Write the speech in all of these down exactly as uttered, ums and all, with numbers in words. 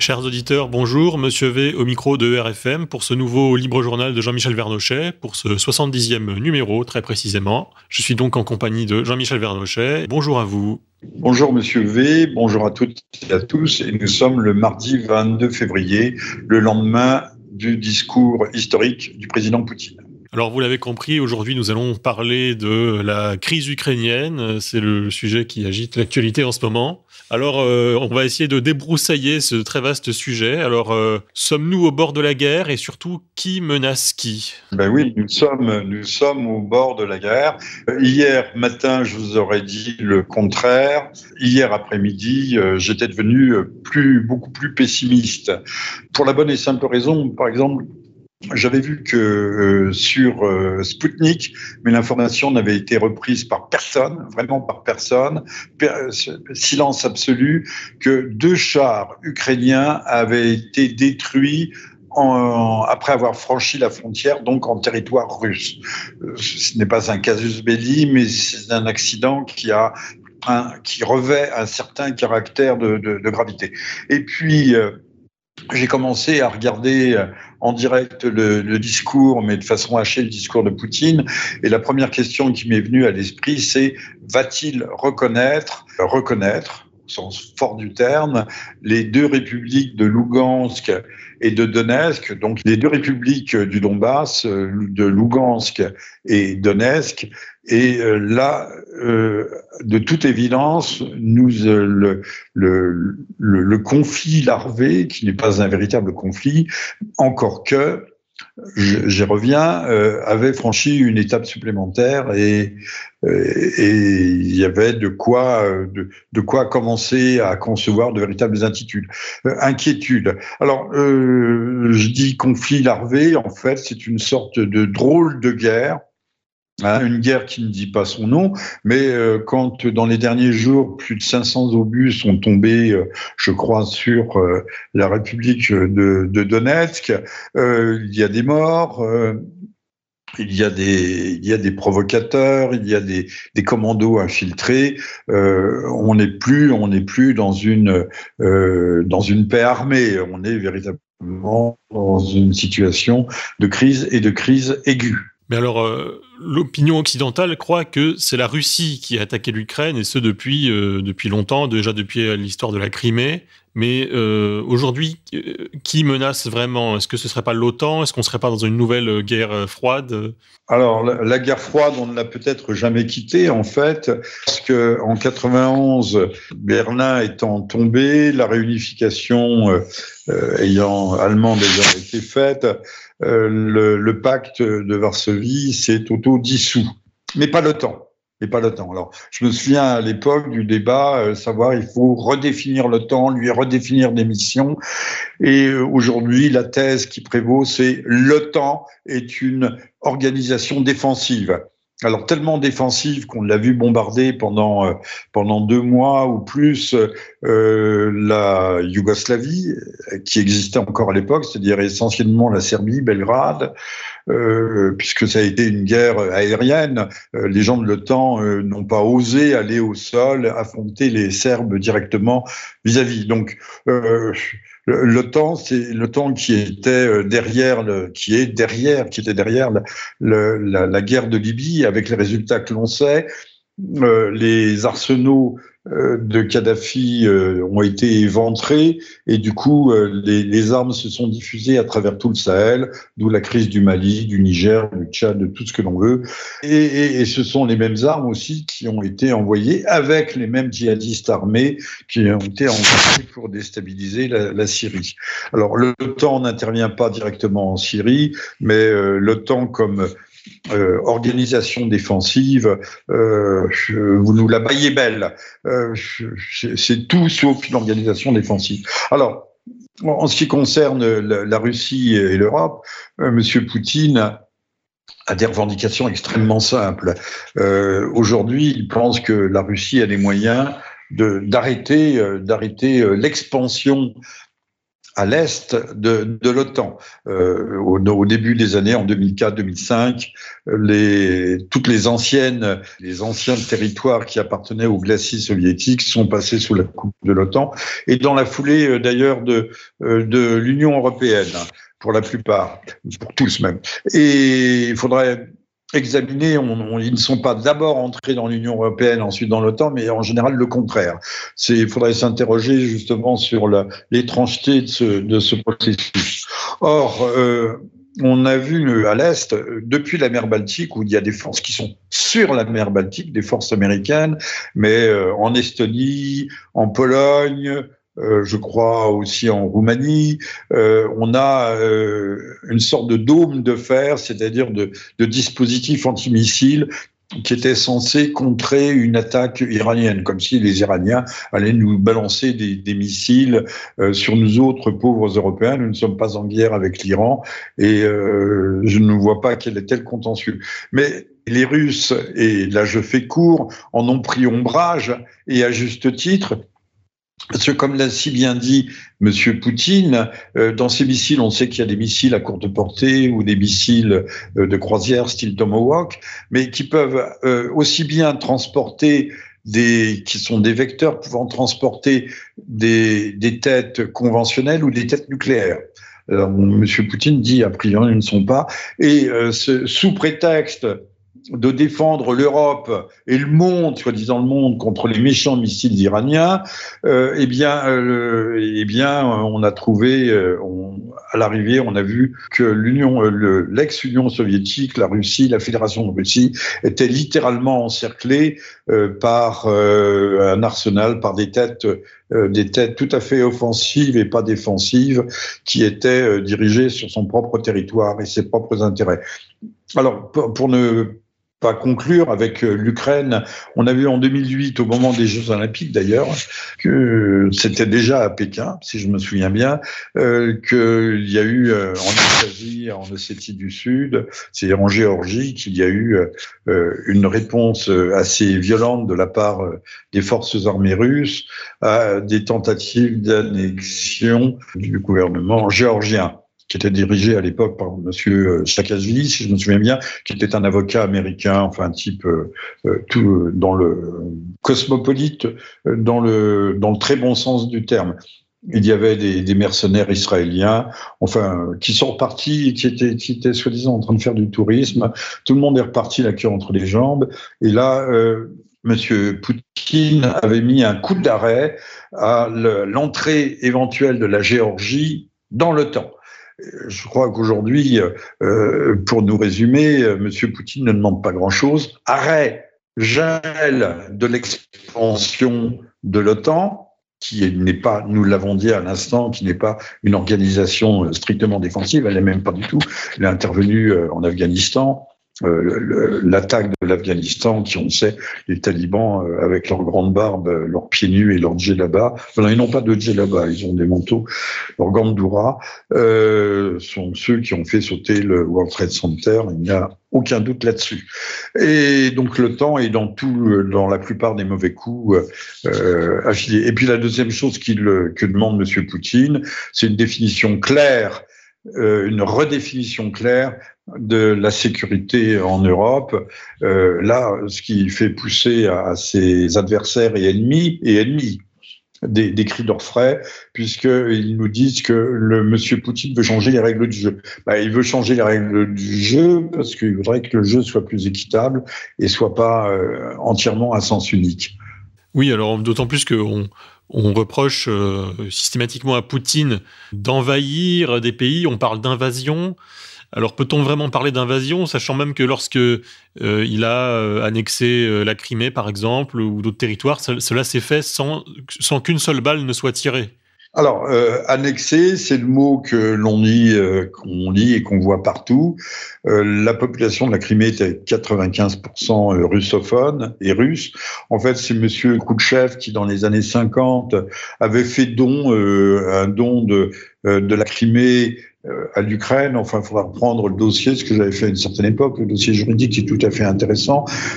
Chers auditeurs, bonjour, Monsieur V au micro de R F M pour ce nouveau libre journal de Jean-Michel Vernochet, pour ce soixante-dixième numéro très précisément. Je suis donc en compagnie de Jean-Michel Vernochet. Bonjour à vous. Bonjour Monsieur V, bonjour à toutes et à tous. Et nous sommes le mardi vingt-deux février, le lendemain du discours historique du président Poutine. Alors vous l'avez compris, aujourd'hui nous allons parler de la crise ukrainienne, c'est le sujet qui agite l'actualité en ce moment. Alors euh, on va essayer de débroussailler ce très vaste sujet. Alors euh, sommes-nous au bord de la guerre et surtout qui menace qui ? Ben oui, nous sommes, nous sommes au bord de la guerre. Hier matin, je vous aurais dit le contraire. Hier après-midi, euh, j'étais devenu plus, beaucoup plus pessimiste. Pour la bonne et simple raison, par exemple, j'avais vu que euh, sur euh, Sputnik, mais l'information n'avait été reprise par personne, vraiment par personne, per- silence absolu, que deux chars ukrainiens avaient été détruits en, après avoir franchi la frontière, donc en territoire russe. Euh, ce n'est pas un casus belli, mais c'est un accident qui a un, qui revêt un certain caractère de, de, de gravité. Et puis euh, j'ai commencé à regarder en direct le, le discours, mais de façon hachée, le discours de Poutine. Et la première question qui m'est venue à l'esprit, c'est va-t-il reconnaître, reconnaître, au sens fort du terme, les deux républiques de Lougansk et de Donetsk, donc les deux républiques du Donbass, de Lougansk et Donetsk. Et là, euh, de toute évidence, nous euh, le, le, le, le conflit larvé, qui n'est pas un véritable conflit, encore que, j'y reviens, euh, avait franchi une étape supplémentaire et, et il y avait de quoi, de, de quoi commencer à concevoir de véritables intitudes, euh, inquiétudes. Alors, euh, je dis conflit larvé, en fait, c'est une sorte de drôle de guerre. Hein, une guerre qui ne dit pas son nom, mais euh, quand dans les derniers jours, plus de cinq cents obus sont tombés, euh, je crois, sur euh, la République de, de Donetsk, euh, il y a des morts, euh, il y a des, il y a des provocateurs, il y a des, des commandos infiltrés. Euh, on n'est plus, on n'est plus dans une, euh, dans une paix armée. On est véritablement dans une situation de crise et de crise aiguë. Mais alors, euh, l'opinion occidentale croit que c'est la Russie qui a attaqué l'Ukraine, et ce depuis, euh, depuis longtemps, déjà depuis l'histoire de la Crimée. Mais euh, aujourd'hui, euh, qui menace vraiment ? Est-ce que ce ne serait pas l'OTAN ? Est-ce qu'on ne serait pas dans une nouvelle guerre froide ? Alors, la, la guerre froide, on ne l'a peut-être jamais quittée, en fait, parce que en quatre-vingt-onze, Berlin étant tombé, la réunification euh, ayant allemande ayant été faite, euh, le, le pacte de Varsovie s'est auto-dissous, mais pas l'OTAN. Et pas l'OTAN. Alors, je me souviens à l'époque du débat, euh, savoir il faut redéfinir l'OTAN, lui redéfinir des missions. Et euh, aujourd'hui, la thèse qui prévaut, c'est l'OTAN est une organisation défensive. Alors tellement défensive qu'on l'a vu bombarder pendant euh, pendant deux mois ou plus euh, la Yougoslavie, qui existait encore à l'époque, c'est-à-dire essentiellement la Serbie, Belgrade. Euh, puisque ça a été une guerre aérienne, euh, les gens de l'OTAN euh, n'ont pas osé aller au sol, affronter les Serbes directement vis-à-vis. Donc, euh, l'OTAN, c'est l'OTAN qui était derrière, le, qui est derrière, qui était derrière la, le, la, la guerre de Libye, avec les résultats que l'on sait. Euh, les arsenaux euh, de Kadhafi euh, ont été éventrés et du coup euh, les, les armes se sont diffusées à travers tout le Sahel, d'où la crise du Mali, du Niger, du Tchad, de tout ce que l'on veut. Et, et, et ce sont les mêmes armes aussi qui ont été envoyées avec les mêmes djihadistes armés qui ont été envoyés pour déstabiliser la, la Syrie. Alors l'OTAN n'intervient pas directement en Syrie, mais euh, l'OTAN comme Euh, organisation défensive, euh, je, vous nous la baillez belle. Euh, je, c'est tout sauf une organisation défensive. Alors, en ce qui concerne la, la Russie et l'Europe, euh, Monsieur Poutine a, a des revendications extrêmement simples. Euh, aujourd'hui, il pense que la Russie a les moyens de, d'arrêter, euh, d'arrêter euh, l'expansion à l'est de, de l'OTAN. Euh, au, au début des années, en deux mille quatre deux mille cinq, les, toutes les anciennes, les anciens territoires qui appartenaient aux glacis soviétiques sont passés sous la coupe de l'OTAN, et dans la foulée d'ailleurs de, de l'Union européenne, pour la plupart, pour tous même. Et il faudrait examiner, on, on, ils ne sont pas d'abord entrés dans l'Union européenne, ensuite dans l'OTAN, mais en général le contraire. C'est, il faudrait s'interroger justement sur la, l'étrangeté de ce, de ce processus. Or, euh, on a vu à l'Est, depuis la mer Baltique, où il y a des forces qui sont sur la mer Baltique, des forces américaines, mais euh, en Estonie, en Pologne, Euh, je crois aussi en Roumanie, euh, on a euh, une sorte de dôme de fer, c'est-à-dire de, de dispositifs antimissiles qui étaient censés contrer une attaque iranienne, comme si les Iraniens allaient nous balancer des, des missiles euh, sur nous autres pauvres Européens. Nous ne sommes pas en guerre avec l'Iran et euh, je ne vois pas quel est tel contentieux. Mais les Russes, et là je fais court, en ont pris ombrage, et à juste titre. Parce que comme l'a si bien dit Monsieur Poutine, euh, dans ces missiles, on sait qu'il y a des missiles à courte portée ou des missiles euh, de croisière style Tomahawk, mais qui peuvent euh, aussi bien transporter des, qui sont des vecteurs pouvant transporter des, des têtes conventionnelles ou des têtes nucléaires. Alors, Monsieur Poutine dit a priori ils ne sont pas, et euh, ce, sous prétexte de défendre l'Europe et le monde, soi-disant le monde, contre les méchants missiles iraniens, euh, eh bien, euh, eh bien, on a trouvé, euh, on, à l'arrivée, on a vu que l'Union, euh, le, l'ex-Union soviétique, la Russie, la Fédération de Russie, était littéralement encerclée euh, par euh, un arsenal, par des têtes, euh, des têtes tout à fait offensives et pas défensives, qui étaient euh, dirigées sur son propre territoire et ses propres intérêts. Alors, pour, pour ne pas conclure avec l'Ukraine, on a vu en deux mille huit, au moment des Jeux Olympiques d'ailleurs, que c'était déjà à Pékin, si je me souviens bien, euh, qu'il y a eu euh, en Abkhazie, en Ossétie du Sud, c'est-à-dire en Géorgie, qu'il y a eu euh, une réponse assez violente de la part des forces armées russes à des tentatives d'annexion du gouvernement géorgien, qui était dirigé à l'époque par Monsieur Saakashvili, si je me souviens bien, qui était un avocat américain, enfin un type euh, tout dans le cosmopolite, dans le dans le très bon sens du terme. Il y avait des, des mercenaires israéliens, enfin, qui sont repartis, qui étaient, qui étaient soi-disant en train de faire du tourisme. Tout le monde est reparti la queue entre les jambes. Et là, euh, Monsieur Poutine avait mis un coup d'arrêt à l'entrée éventuelle de la Géorgie dans l'OTAN. Je crois qu'aujourd'hui, euh, pour nous résumer, euh, Monsieur Poutine ne demande pas grand-chose. Arrêt, gel de l'expansion de l'OTAN, qui n'est pas, nous l'avons dit à l'instant, qui n'est pas une organisation strictement défensive, elle n'est même pas du tout. Elle est intervenue en Afghanistan. Euh, le, l'attaque de l'Afghanistan, qui on sait, les talibans euh, avec leurs grandes barbes, leurs pieds nus et leurs djellabas, enfin, ils n'ont pas de djellabas, ils ont des manteaux, leurs gandoura, euh, sont ceux qui ont fait sauter le World Trade Center, il n'y a aucun doute là-dessus. Et donc l'OTAN est dans tout, dans la plupart des mauvais coups euh, affiliés. Et puis la deuxième chose qu'il, que demande Monsieur Poutine, c'est une définition claire, euh, une redéfinition claire de la sécurité en Europe. Euh, là, ce qui fait pousser à, à ses adversaires et ennemis, et ennemis, des, des cris d'orfraie, puisqu'ils nous disent que le monsieur Poutine veut changer les règles du jeu. Bah, il veut changer les règles du jeu parce qu'il voudrait que le jeu soit plus équitable et soit pas euh, entièrement à sens unique. Oui, alors d'autant plus qu'on on reproche euh, systématiquement à Poutine d'envahir des pays, on parle d'invasion. Alors peut-on vraiment parler d'invasion, sachant même que lorsque euh, il a euh, annexé euh, la Crimée, par exemple, ou d'autres territoires, ça, cela s'est fait sans, sans qu'une seule balle ne soit tirée. Alors, euh, annexé, c'est le mot que l'on lit, euh, qu'on lit et qu'on voit partout. Euh, la population de la Crimée était quatre-vingt-quinze pour cent russophone et russe. En fait, c'est Monsieur Khrouchtchev qui, dans les années cinquante, avait fait don, euh, un don de, euh, de la Crimée à l'Ukraine. Enfin, il faudra reprendre le dossier, ce que j'avais fait à une certaine époque, le dossier juridique est tout à fait intéressant.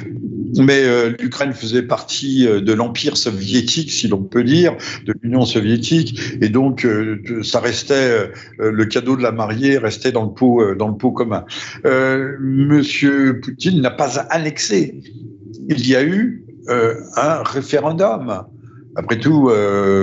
Mais euh, l'Ukraine faisait partie euh, de l'Empire soviétique, si l'on peut dire, de l'Union soviétique, et donc euh, ça restait euh, le cadeau de la mariée restait dans le pot euh, dans le pot commun. Euh, Monsieur Poutine n'a pas annexé. Il y a eu euh, un référendum. Après tout,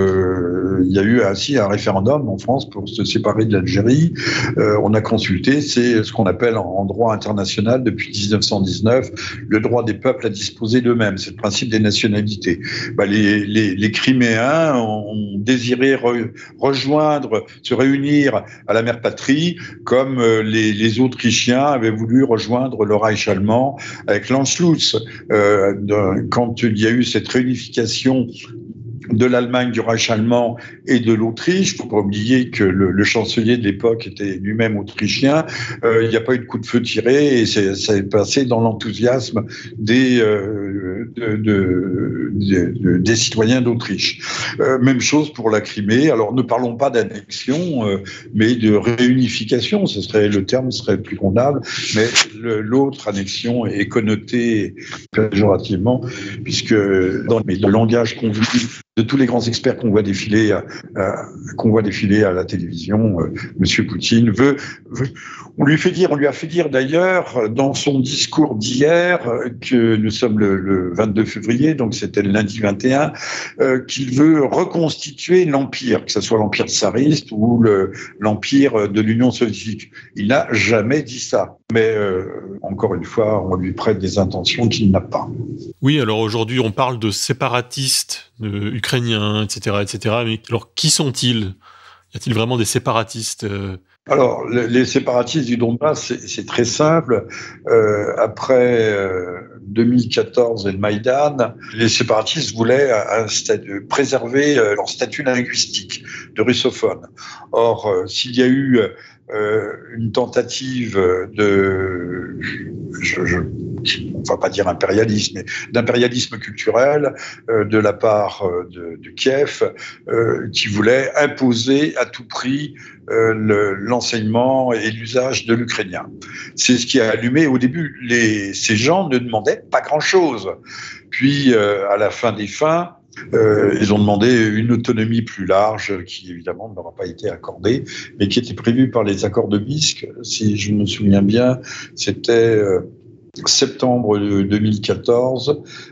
euh, il y a eu ainsi un référendum en France pour se séparer de l'Algérie. Euh, on a consulté, c'est ce qu'on appelle en droit international depuis dix-neuf cent dix-neuf, le droit des peuples à disposer d'eux-mêmes. C'est le principe des nationalités. Bah, les, les, les Criméens ont désiré re, rejoindre, se réunir à la mère patrie, comme les, les Autrichiens avaient voulu rejoindre le Reich allemand avec l'Anschluss. Euh, de, quand il y a eu cette réunification de l'Allemagne, du Reich allemand et de l'Autriche. Il ne faut pas oublier que le, le chancelier de l'époque était lui-même autrichien. Euh, il n'y a pas eu de coup de feu tiré et c'est, ça est passé dans l'enthousiasme des, euh, de, de, de, des citoyens d'Autriche. Euh, même chose pour la Crimée. Alors ne parlons pas d'annexion, euh, mais de réunification. Ce serait, le terme serait plus convenable. Mais le, l'autre annexion est connotée péjorativement, puisque dans le langage convenu de tous les grands experts qu'on voit défiler, euh, qu'on voit défiler à la télévision, euh, Monsieur Poutine veut, veut, on lui fait dire, on lui a fait dire d'ailleurs dans son discours d'hier que nous sommes le, le vingt-deux février, donc c'était le lundi vingt et un, euh, qu'il veut reconstituer l'empire, que ce soit l'empire tsariste ou le, l'empire de l'Union soviétique. Il n'a jamais dit ça, mais euh, encore une fois, on lui prête des intentions qu'il n'a pas. Oui, alors aujourd'hui, on parle de séparatistes de ukrainiens, et cetera, et cetera. Mais alors, qui sont-ils ? Y a-t-il vraiment des séparatistes euh... Alors, les séparatistes du Donbass, c'est, c'est très simple. Euh, après euh, deux mille quatorze et le Maïdan, les séparatistes voulaient un statut, préserver leur statut linguistique de russophone. Or, euh, s'il y a eu euh, une tentative de... Je, je, on va pas dire impérialisme, mais d'impérialisme culturel euh, de la part euh, de, de Kiev, euh, qui voulait imposer à tout prix euh, le, l'enseignement et l'usage de l'ukrainien. C'est ce qui a allumé au début. Les, ces gens ne demandaient pas grand-chose. Puis, euh, à la fin des fins, Euh, ils ont demandé une autonomie plus large qui, évidemment, ne leur a pas été accordée, mais qui était prévue par les accords de Minsk. Si je me souviens bien, c'était euh, septembre deux mille quatorze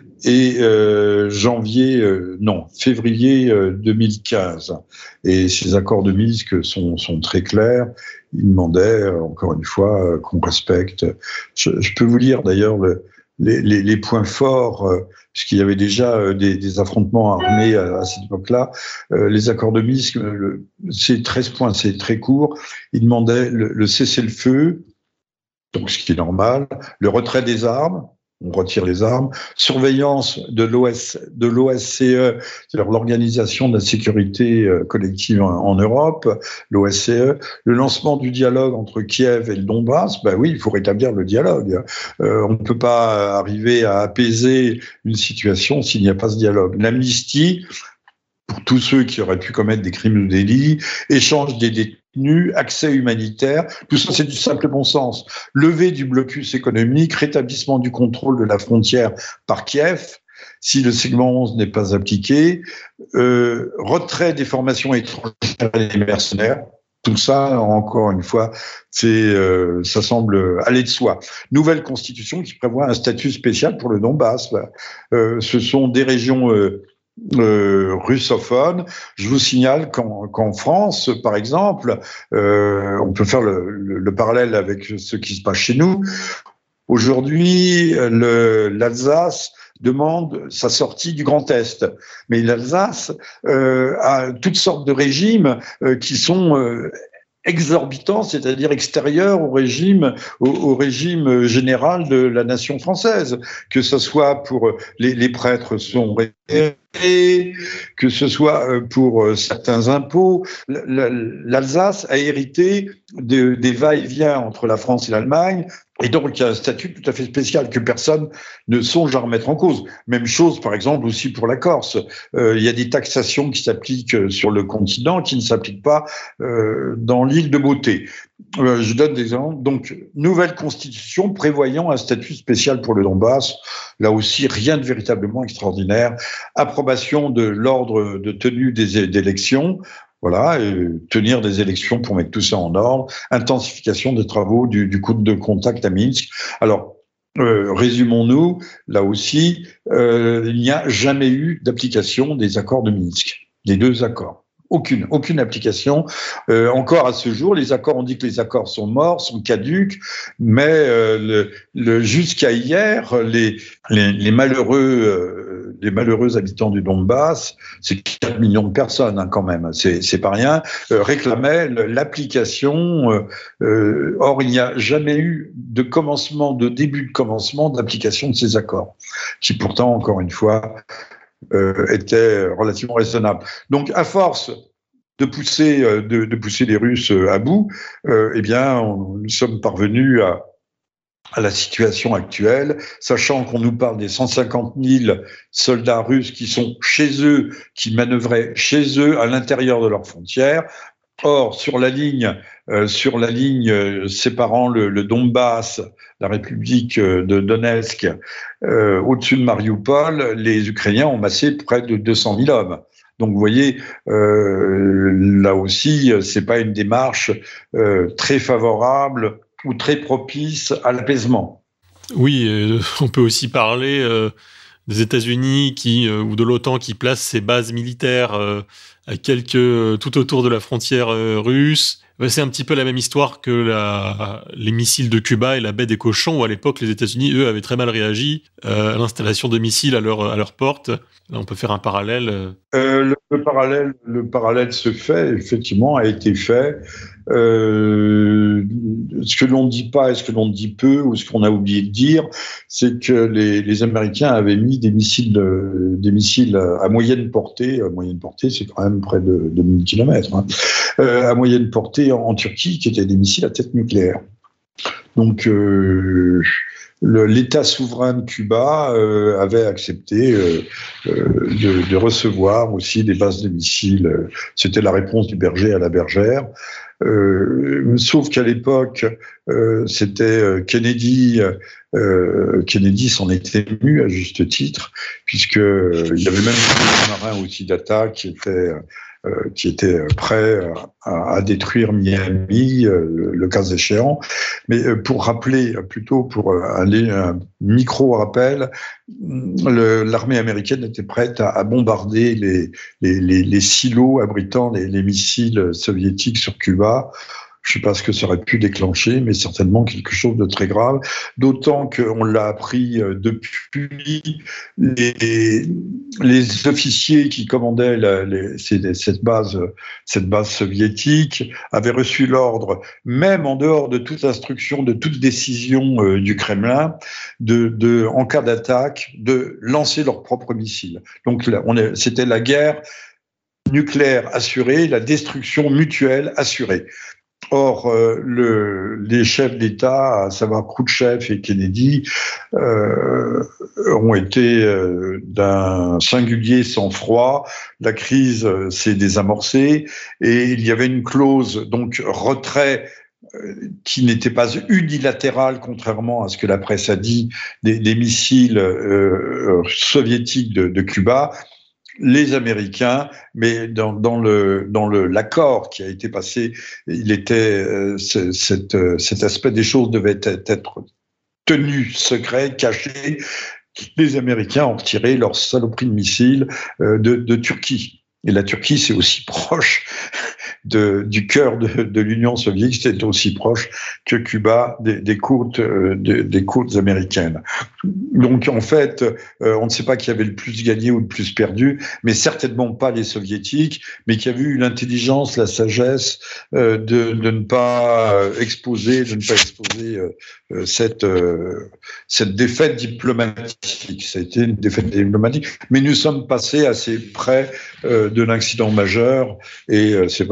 et euh, janvier, euh, non, février euh, deux mille quinze. Et ces accords de Minsk sont, sont très clairs. Ils demandaient, euh, encore une fois, euh, qu'on respecte. Je, je peux vous lire d'ailleurs le Les, les, les points forts, euh, puisqu'il y avait déjà euh, des, des affrontements armés à, à cette époque-là. Euh, les accords de Minsk, le, c'est treize points, c'est très court. Ils demandaient le, le cessez-le-feu, donc ce qui est normal, le retrait des armes, on retire les armes, surveillance de l'O S, de l'O S C E, c'est-à-dire l'Organisation de la sécurité collective en, en Europe, l'O S C E, le lancement du dialogue entre Kiev et le Donbass. Ben oui, il faut rétablir le dialogue. Euh, on ne peut pas arriver à apaiser une situation s'il n'y a pas ce dialogue. L'amnistie pour tous ceux qui auraient pu commettre des crimes ou délits, échange des détenus, accès humanitaire, tout ça c'est du simple bon sens. Levée du blocus économique, rétablissement du contrôle de la frontière par Kiev, si le segment onze n'est pas appliqué, euh, retrait des formations étrangères et des mercenaires. Tout ça, encore une fois, c'est, euh, ça semble aller de soi. Nouvelle constitution qui prévoit un statut spécial pour le Donbass. Euh, ce sont des régions euh, Euh, russophone. Je vous signale qu'en, qu'en France, par exemple, euh, on peut faire le, le, le parallèle avec ce qui se passe chez nous. Aujourd'hui, le, l'Alsace demande sa sortie du Grand Est. Mais l'Alsace euh, a toutes sortes de régimes euh, qui sont euh, exorbitant, c'est-à-dire extérieur au régime, au, au régime général de la nation française, que ce soit pour les, les prêtres sont rémunérés, que ce soit pour certains impôts. L'Alsace a hérité de, des va-et-vient entre la France et l'Allemagne Et donc, il y a un statut tout à fait spécial que personne ne songe à remettre en cause. Même chose, par exemple, aussi pour la Corse. Euh, il y a des taxations qui s'appliquent sur le continent qui ne s'appliquent pas euh, dans l'île de Beauté. Euh, je donne des exemples. Donc, nouvelle constitution prévoyant un statut spécial pour le Donbass. Là aussi, rien de véritablement extraordinaire. Approbation de l'ordre de tenue des, des élections. Voilà, et tenir des élections pour mettre tout ça en ordre, intensification des travaux du, du coup de contact à Minsk. Alors, euh, résumons-nous, là aussi, euh, il n'y a jamais eu d'application des accords de Minsk, des deux accords. Aucune, aucune application. Euh, encore à ce jour, les accords, on dit que les accords sont morts, sont caducs, mais euh, le, le, jusqu'à hier, les, les, les malheureux, euh, les malheureux habitants du Donbass, c'est quatre millions de personnes hein, quand même, c'est, c'est pas rien, euh, réclamaient l'application. Euh, euh, or, il n'y a jamais eu de commencement, de début de commencement d'application de ces accords, qui pourtant, encore une fois, Euh, était relativement raisonnable. Donc, à force de pousser, euh, de, de pousser les Russes à bout, euh, eh bien, on, nous sommes parvenus à, à la situation actuelle, sachant qu'on nous parle des cent cinquante mille soldats russes qui sont chez eux, qui manœuvraient chez eux, à l'intérieur de leurs frontières. Or, sur la ligne, euh, sur la ligne euh, séparant le, le Donbass, la République de Donetsk, euh, au-dessus de Mariupol, les Ukrainiens ont massé près de deux cent mille hommes. Donc, vous voyez, euh, là aussi, c'est pas une démarche euh, très favorable ou très propice à l'apaisement. Oui, euh, on peut aussi parler euh, des États-Unis qui euh, ou de l'OTAN qui placent ses bases militaires euh, à quelques euh, tout autour de la frontière euh, russe. Ben, c'est un petit peu la même histoire que la, les missiles de Cuba et la baie des Cochons, où à l'époque les États-Unis, eux, avaient très mal réagi euh, à l'installation de missiles à leur à leur porte. Là, on peut faire un parallèle. Euh, le, le parallèle, le parallèle se fait, effectivement, a été fait. Euh, ce que l'on ne dit pas et ce que l'on dit peu, ou ce qu'on a oublié de dire, c'est que les, les Américains avaient mis des missiles, euh, des missiles à moyenne portée. À moyenne portée, c'est quand même près de, de mille kilomètres, hein, euh, à moyenne portée en, en Turquie, qui étaient des missiles à tête nucléaire. Donc, euh, le, l'État souverain de Cuba euh, avait accepté euh, euh, de, de recevoir aussi des bases de missiles. C'était la réponse du berger à la bergère. Euh, sauf qu'à l'époque, euh, c'était Kennedy. Euh, Kennedy s'en était ému à juste titre, puisque euh, il y avait même des marins aussi d'attaque qui étaient euh, qui étaient prêts à, à détruire Miami, euh, le, le cas échéant. Mais euh, pour rappeler, plutôt pour aller un micro rappel, le, l'armée américaine était prête à, à bombarder les, les, les, les silos abritant les, les missiles soviétiques sur Cuba. Je ne sais pas ce que ça aurait pu déclencher, mais certainement quelque chose de très grave. D'autant qu'on l'a appris depuis, les, les officiers qui commandaient la, les, cette base, cette base soviétique avaient reçu l'ordre, même en dehors de toute instruction, de toute décision euh, du Kremlin, de, de, en cas d'attaque, de lancer leurs propres missiles. Donc là, on est, c'était la guerre nucléaire assurée, la destruction mutuelle assurée. Or, euh, le, les chefs d'État, à savoir Khrouchtchev et Kennedy, euh, ont été euh, d'un singulier sang-froid. La crise euh, s'est désamorcée et il y avait une clause, donc retrait, euh, qui n'était pas unilatérale, contrairement à ce que la presse a dit, des, des missiles euh, soviétiques de, de Cuba. Les Américains, mais dans, dans le dans le l'accord qui a été passé, il était euh, ce, cette, euh, cet aspect des choses devait être, être tenu secret, caché. Les Américains ont retiré leur saloperie de missiles euh, de, de Turquie. Et la Turquie, c'est aussi proche de, du cœur de, de l'Union soviétique, c'est aussi proche que Cuba des, des côtes, euh, des, des côtes américaines. Donc, en fait, euh, on ne sait pas qui avait le plus gagné ou le plus perdu, mais certainement pas les soviétiques, mais qui avaient eu l'intelligence, la sagesse euh, de, de ne pas exposer, de ne pas exposer euh, cette, euh, cette défaite diplomatique. Ça a été une défaite diplomatique, mais nous sommes passés assez près euh, de l'incident majeur, et euh, c'est vrai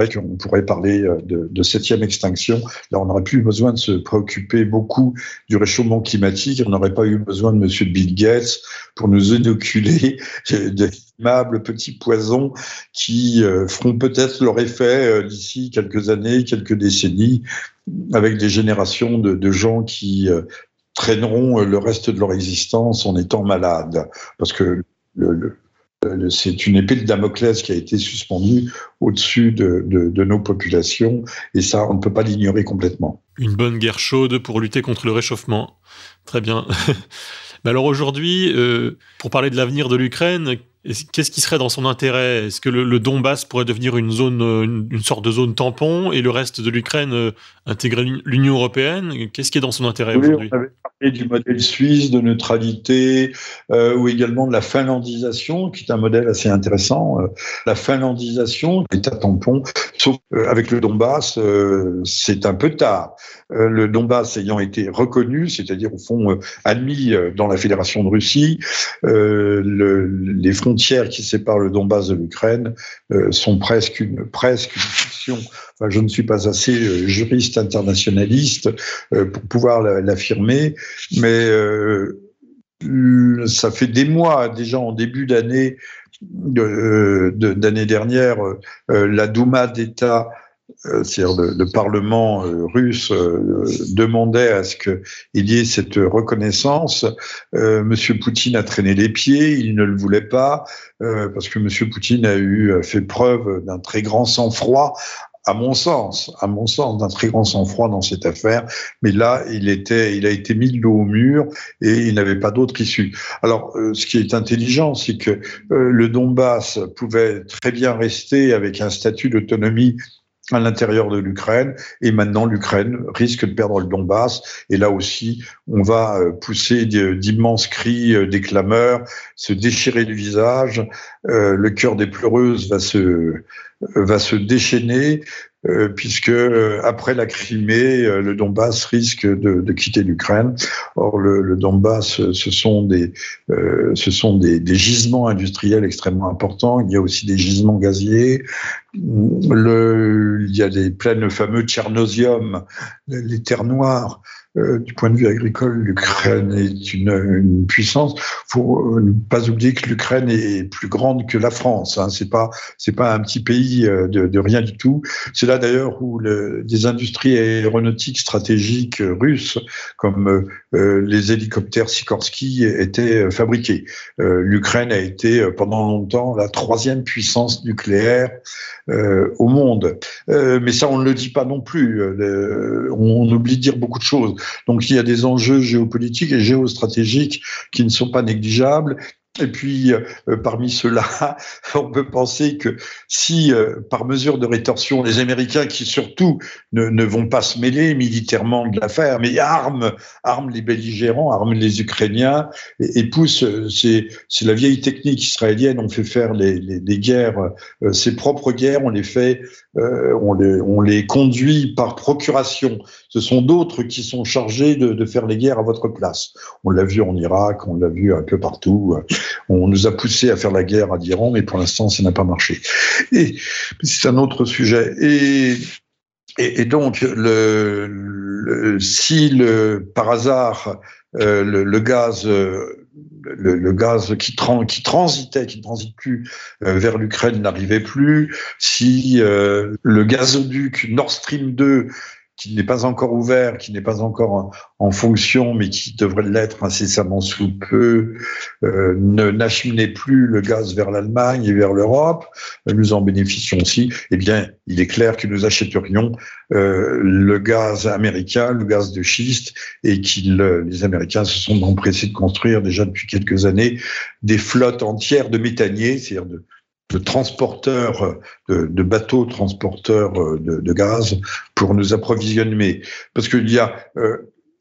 vrai qu'on pourrait parler de, de septième extinction. Là, on n'aurait plus besoin de se préoccuper beaucoup du réchauffement climatique. On n'aurait pas eu besoin de Monsieur Bill Gates pour nous inoculer d'aimables petits poisons qui euh, feront peut-être leur effet euh, d'ici quelques années, quelques décennies, avec des générations de, de gens qui euh, traîneront le reste de leur existence en étant malades. Parce que le, le c'est une épée de Damoclès qui a été suspendue au-dessus de, de, de nos populations, et ça, on ne peut pas l'ignorer complètement. Une bonne guerre chaude pour lutter contre le réchauffement. Très bien. Mais alors aujourd'hui, euh, pour parler de l'avenir de l'Ukraine, qu'est-ce qui serait dans son intérêt ? Est-ce que le, le Donbass pourrait devenir une zone, une, une sorte de zone tampon, et le reste de l'Ukraine euh, intégrer l'Union européenne ? Qu'est-ce qui est dans son intérêt oui, aujourd'hui ? On avait parlé du modèle suisse de neutralité, euh, ou également de la finlandisation, qui est un modèle assez intéressant. Euh, la finlandisation, l'État tampon, sauf euh, avec le Donbass, euh, c'est un peu tard. Euh, le Donbass ayant été reconnu, c'est-à-dire au fond euh, admis euh, dans la Fédération de Russie, euh, le, les frontières qui séparent le Donbass de l'Ukraine euh, sont presque une, presque une fiction. Enfin, je ne suis pas assez euh, juriste internationaliste euh, pour pouvoir l'affirmer, mais euh, ça fait des mois, déjà en début d'année, de, de, d'année dernière, euh, la Douma d'État, euh, c'est-à-dire le, le Parlement euh, russe, euh, demandait à ce qu'il y ait cette reconnaissance. Euh, Monsieur Poutine a traîné les pieds, il ne le voulait pas, euh, parce que Monsieur Poutine a eu fait preuve d'un très grand sang-froid, à mon sens, à mon sens, d'un très grand sang-froid dans cette affaire. Mais là, il était, il a été mis de dos au mur et il n'avait pas d'autre issue. Alors, euh, ce qui est intelligent, c'est que euh, le Donbass pouvait très bien rester avec un statut d'autonomie à l'intérieur de l'Ukraine, et maintenant l'Ukraine risque de perdre le Donbass, et là aussi on va pousser d'immenses cris des clameurs, se déchirer le visage, euh, le cœur des pleureuses va se va se déchaîner, euh, puisque euh, après la Crimée, euh, le Donbass risque de, de quitter l'Ukraine. Or le, le Donbass, ce sont des euh, ce sont des, des gisements industriels extrêmement importants. Il y a aussi des gisements gaziers. Le, il y a les plaines, le fameux Tchernosium, les terres noires. Euh, du point de vue agricole, l'Ukraine est une, une puissance. Faut ne pas oublier que l'Ukraine est plus grande que la France. Hein. C'est pas, c'est pas un petit pays de, de rien du tout. C'est là d'ailleurs où le, des industries aéronautiques stratégiques russes, comme euh, les hélicoptères Sikorsky, étaient fabriqués. Euh, L'Ukraine a été pendant longtemps la troisième puissance nucléaire euh, au monde. Euh, mais ça, on ne le dit pas non plus. Euh, on oublie de dire beaucoup de choses. Donc il y a des enjeux géopolitiques et géostratégiques qui ne sont pas négligeables. Et puis, euh, parmi ceux-là, on peut penser que si, euh, par mesure de rétorsion, les Américains, qui surtout ne, ne vont pas se mêler militairement de l'affaire, mais arment, arment les belligérants, arment les Ukrainiens, et, et poussent, c'est, c'est la vieille technique israélienne, on fait faire les, les, les guerres, euh, ses propres guerres, on les fait, euh, on, les, on les conduit par procuration. Ce sont d'autres qui sont chargés de, de faire les guerres à votre place. On l'a vu en Irak, on l'a vu un peu partout. On nous a poussé à faire la guerre à l'Iran, mais pour l'instant, ça n'a pas marché. Et c'est un autre sujet. Et, et, et donc, le, le, si le, par hasard, euh, le, le gaz, euh, le, le gaz qui, tran, qui transitait, qui ne transite plus euh, vers l'Ukraine n'arrivait plus, si euh, le gazoduc Nord Stream deux, qui n'est pas encore ouvert, qui n'est pas encore en, en fonction, mais qui devrait l'être incessamment sous peu, euh, ne n'acheminait plus le gaz vers l'Allemagne et vers l'Europe, nous en bénéficions aussi, eh bien, il est clair que nous achèterions euh, le gaz américain, le gaz de schiste, et qu'ils, les Américains se sont empressés de construire déjà depuis quelques années des flottes entières de méthaniers, c'est-à-dire de de transporteurs, de, de bateaux transporteurs de, de gaz pour nous approvisionner. Parce qu'il y a, euh,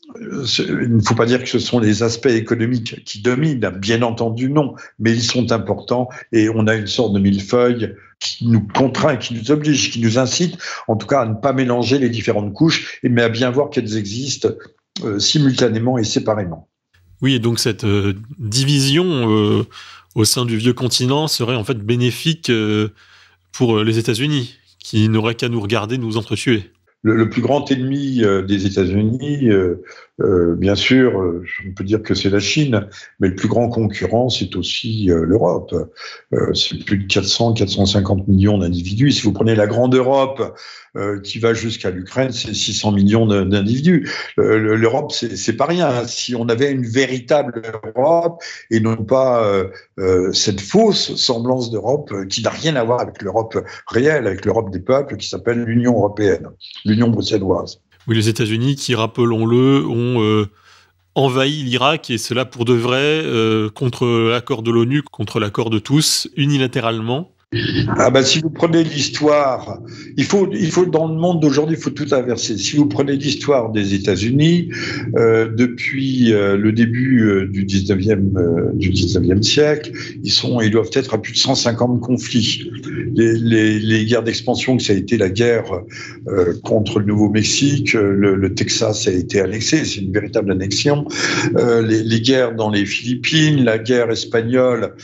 il ne faut pas dire que ce sont les aspects économiques qui dominent, bien entendu non, mais ils sont importants et on a une sorte de millefeuille qui nous contraint, qui nous oblige, qui nous incite, en tout cas à ne pas mélanger les différentes couches, mais à bien voir qu'elles existent euh, simultanément et séparément. Oui, et donc cette euh, division euh, au sein du vieux continent serait en fait bénéfique euh, pour les États-Unis, qui n'auraient qu'à nous regarder, nous entretuer. Le, le plus grand ennemi euh, des États-Unis, euh, euh, bien sûr, euh, on peut dire que c'est la Chine, mais le plus grand concurrent, c'est aussi euh, l'Europe. Euh, c'est plus de quatre cents, quatre cent cinquante millions d'individus. Si vous prenez la grande Europe, euh, qui va jusqu'à l'Ukraine, c'est six cents millions d'individus. Euh, L'Europe, c'est, c'est pas rien. Hein. Si on avait une véritable Europe et non pas euh, euh, cette fausse semblance d'Europe euh, qui n'a rien à voir avec l'Europe réelle, avec l'Europe des peuples, qui s'appelle l'Union européenne. L'Union bruxelloise. Oui, les États-Unis qui, rappelons-le, ont euh, envahi l'Irak, et cela pour de vrai, euh, contre l'accord de l'ONU, contre l'accord de tous, unilatéralement. Ah ben, si vous prenez l'histoire, il faut, il faut dans le monde d'aujourd'hui, il faut tout inverser. Si vous prenez l'histoire des États-Unis, euh, depuis euh, le début euh, du dix-neuvième euh, du dix-neuvième siècle, ils sont, ils doivent être à plus de cent cinquante conflits. Les, les, les guerres d'expansion, que ça a été la guerre euh, contre le Nouveau-Mexique, le, le Texas a été annexé, c'est une véritable annexion. Euh, les, les guerres dans les Philippines, la guerre espagnole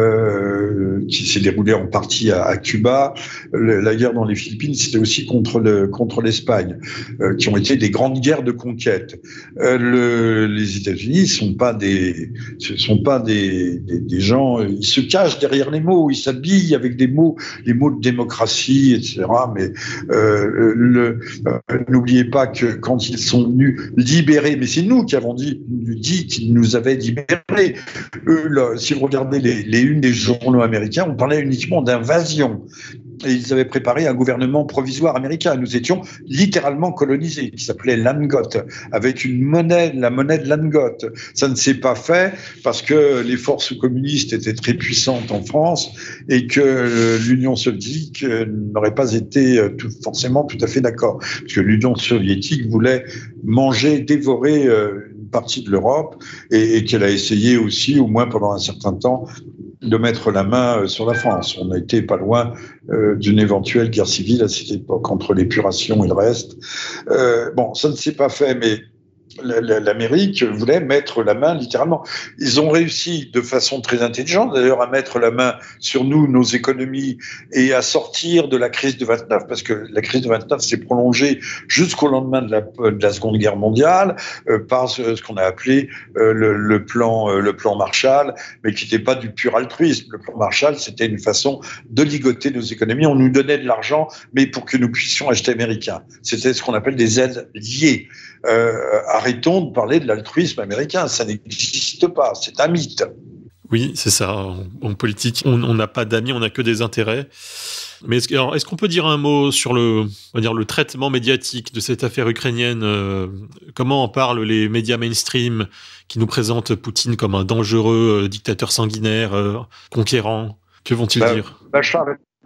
euh, qui s'est déroulée en partie à, à Cuba, le, la guerre dans les Philippines, c'était aussi contre le contre l'Espagne, euh, qui ont été des grandes guerres de conquête. Euh, le, les États-Unis sont pas des, ce sont pas des, des, des gens, ils se cachent derrière les mots, ils s'habillent avec des mots, les mots de démocratie, et cetera. Mais euh, le, euh, n'oubliez pas que quand ils sont venus libérer, mais c'est nous qui avons dit, dit qu'ils nous avaient libérés. Eux, là, si vous regardez les, les unes des journaux américains, on parlait uniquement d'invasion. Et ils avaient préparé un gouvernement provisoire américain. Nous étions littéralement colonisés, qui s'appelait l'Angot, avec une monnaie, la monnaie de l'Angot. Ça ne s'est pas fait parce que les forces communistes étaient très puissantes en France et que l'Union soviétique n'aurait pas été tout, forcément tout à fait d'accord. Parce que l'Union soviétique voulait manger, dévorer une partie de l'Europe et, et qu'elle a essayé aussi, au moins pendant un certain temps, de mettre la main sur la France. On n'était pas loin euh, d'une éventuelle guerre civile à cette époque, entre l'épuration et le reste. Euh, bon, ça ne s'est pas fait, mais l'Amérique voulait mettre la main littéralement. Ils ont réussi de façon très intelligente, d'ailleurs, à mettre la main sur nous, nos économies, et à sortir de la crise de vingt-neuf, parce que la crise de vingt-neuf s'est prolongée jusqu'au lendemain de la, de la Seconde Guerre mondiale euh, par ce, ce qu'on a appelé euh, le, le plan, euh, le plan Marshall, mais qui n'était pas du pur altruisme. Le plan Marshall, c'était une façon de ligoter nos économies. On nous donnait de l'argent, mais pour que nous puissions acheter américain. C'était ce qu'on appelle des aides liées. Euh, arrêtons de parler de l'altruisme américain, ça n'existe pas, c'est un mythe. Oui, c'est ça. En, en politique, on n'a pas d'amis, on n'a que des intérêts. Mais est-ce, alors, est-ce qu'on peut dire un mot sur le, on va dire, le traitement médiatique de cette affaire ukrainienne? euh, Comment en parlent les médias mainstream qui nous présentent Poutine comme un dangereux euh, dictateur sanguinaire, euh, conquérant? Que vont-ils bah, dire? Bachar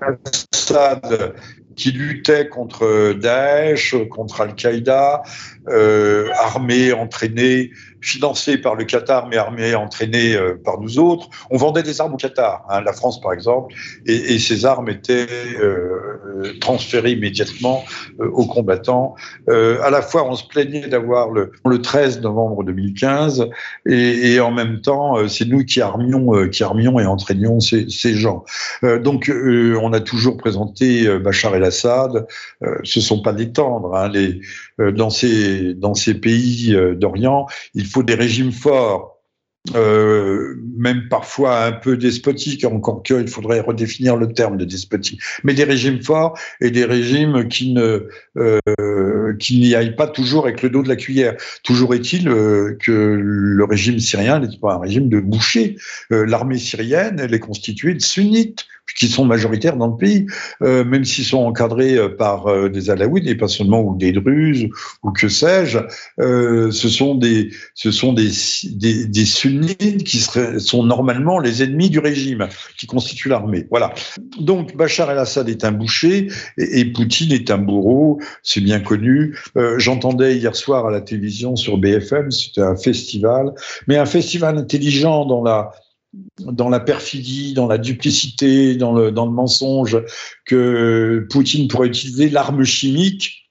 al-Assad, qui luttait contre Daesh, contre Al-Qaïda, euh, armé, entraîné, financé par le Qatar, mais armé, entraîné euh, par nous autres. On vendait des armes au Qatar, hein, la France par exemple, et, et ces armes étaient euh, transférées immédiatement euh, aux combattants. Euh, à la fois, on se plaignait d'avoir le, le treize novembre deux mille quinze, et, et en même temps, euh, c'est nous qui armions, euh, qui armions et entraînions ces, ces gens. Euh, donc, euh, on a toujours présenté euh, Bachar el-Assad. Euh, ce ne sont pas des tendres, hein, les, euh, dans ces dans ces pays euh, d'Orient, il faut des régimes forts, euh, même parfois un peu despotiques, encore qu'il faudrait redéfinir le terme de despotique, mais des régimes forts et des régimes qui ne euh, qui n'y aillent pas toujours avec le dos de la cuillère. Toujours est-il euh, que le régime syrien n'est pas un régime de boucher. Euh, l'armée syrienne, elle est constituée de sunnites qui sont majoritaires dans le pays, euh, même s'ils sont encadrés par euh, des Alaouites et pas seulement ou des Druzes ou que sais-je. Euh, ce sont des, ce sont des, des, des sunnites qui seraient, sont normalement les ennemis du régime, qui constituent l'armée. Voilà. Donc Bachar el-Assad est un boucher et, et Poutine est un bourreau, c'est bien connu. Euh, j'entendais hier soir à la télévision sur B F M, c'était un festival, mais un festival intelligent dans la dans la perfidie, dans la duplicité, dans le, dans le mensonge, que Poutine pourrait utiliser l'arme chimique,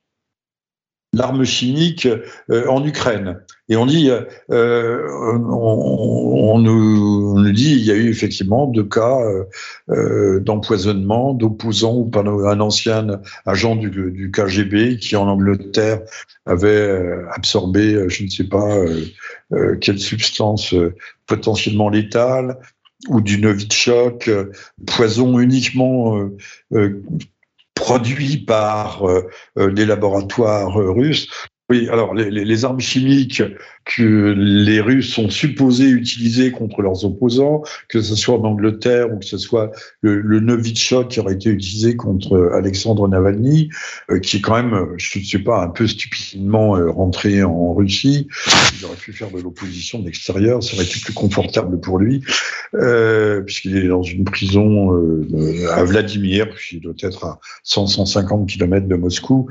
l'arme chimique euh, en Ukraine. Et on dit, euh, on, on, nous, le dit, il y a eu effectivement deux cas euh, euh, d'empoisonnement d'opposants ou par un ancien agent du, du K G B qui en Angleterre avait euh, absorbé, euh, je ne sais pas euh, euh, quelle substance euh, potentiellement létale, ou du Novichok, euh, poison uniquement euh, euh, produit par euh, euh, des laboratoires euh, russes. Oui, alors les, les, les armes chimiques que les Russes sont supposés utiliser contre leurs opposants, que ce soit en Angleterre ou que ce soit le, le Novichok qui aurait été utilisé contre Alexandre Navalny, euh, qui est quand même, je ne sais pas, un peu stupidement euh, rentré en Russie. Il aurait pu faire de l'opposition de l'extérieur, ça aurait été plus confortable pour lui, euh, puisqu'il est dans une prison euh, à Vladimir, qui doit être à cent à cent cinquante kilomètres de Moscou.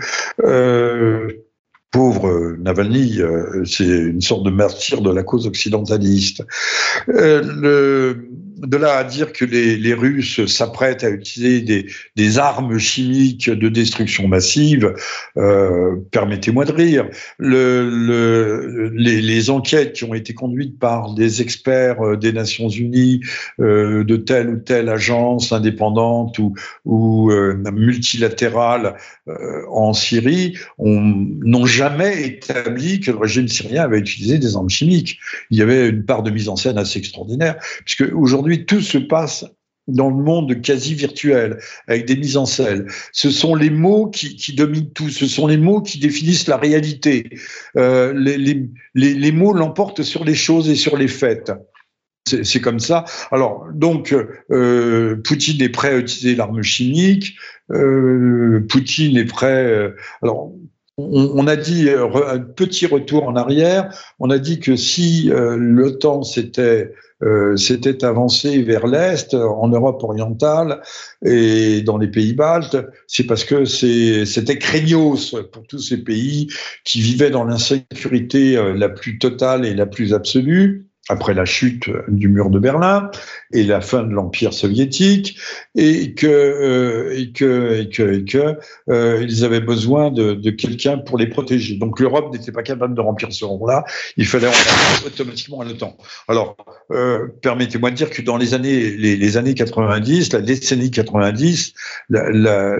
Euh, Pauvre Navalny, euh, c'est une sorte de martyr de la cause occidentaliste. Euh, le, de là à dire que les, les Russes s'apprêtent à utiliser des, des armes chimiques de destruction massive, euh, permettez-moi de rire. Le, le, les, les enquêtes qui ont été conduites par des experts des Nations Unies, euh, de telle ou telle agence indépendante ou, ou euh, multilatérale euh, en Syrie, n'ont jamais établi que le régime syrien avait utilisé des armes chimiques. Il y avait une part de mise en scène assez extraordinaire, puisque aujourd'hui tout se passe dans le monde quasi virtuel, avec des mises en scène. Ce sont les mots qui, qui dominent tout, ce sont les mots qui définissent la réalité. Euh, les, les, les, les mots l'emportent sur les choses et sur les faits. C'est, c'est comme ça. Alors, donc, euh, Poutine est prêt à utiliser l'arme chimique. Euh, Poutine est prêt... Euh, alors, on, on a dit, euh, un petit retour en arrière, on a dit que si euh, l'OTAN s'était... Euh, s'était avancé vers l'Est, en Europe orientale et dans les pays baltes, c'est parce que c'est, c'était craignos pour tous ces pays qui vivaient dans l'insécurité la plus totale et la plus absolue, après la chute du mur de Berlin et la fin de l'Empire soviétique, et que euh, et que et que, et que euh, ils avaient besoin de, de quelqu'un pour les protéger. Donc l'Europe n'était pas capable de remplir ce rôle-là. Il fallait en faire automatiquement à l'OTAN. Alors euh, permettez-moi de dire que dans les années les, les années quatre-vingt-dix, la décennie quatre-vingt-dix, la, la,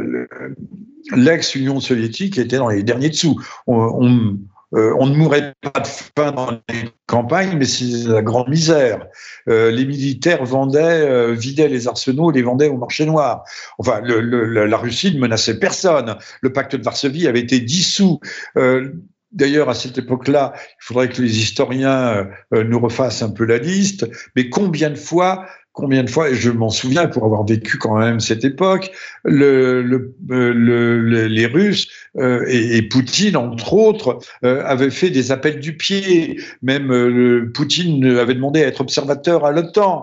l'ex-Union soviétique était dans les derniers dessous. On, on Euh, on ne mourrait pas de faim dans les campagnes, mais c'est la grande misère. Euh, les militaires vendaient, euh, vidaient les arsenaux, les vendaient au marché noir. Enfin, le, le, la Russie ne menaçait personne. Le pacte de Varsovie avait été dissous. Euh, D'ailleurs, à cette époque-là, il faudrait que les historiens euh, nous refassent un peu la liste. Mais combien de fois Combien de fois, et je m'en souviens pour avoir vécu quand même cette époque, le, le, le, le, les Russes euh, et, et Poutine, entre autres, euh, avaient fait des appels du pied. Même euh, Poutine avait demandé à être observateur à l'OTAN,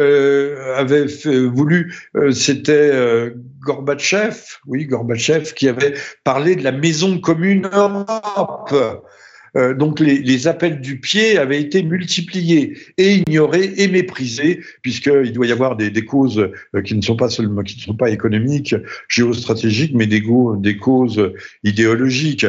euh, avait fait, voulu, euh, c'était euh, Gorbatchev, oui, Gorbatchev, qui avait parlé de la maison commune Europe. Euh, donc les, les appels du pied avaient été multipliés et ignorés et méprisés, puisqu'il doit y avoir des, des causes euh, qui ne sont pas seulement qui ne sont pas économiques, géostratégiques, mais des, go, des causes idéologiques,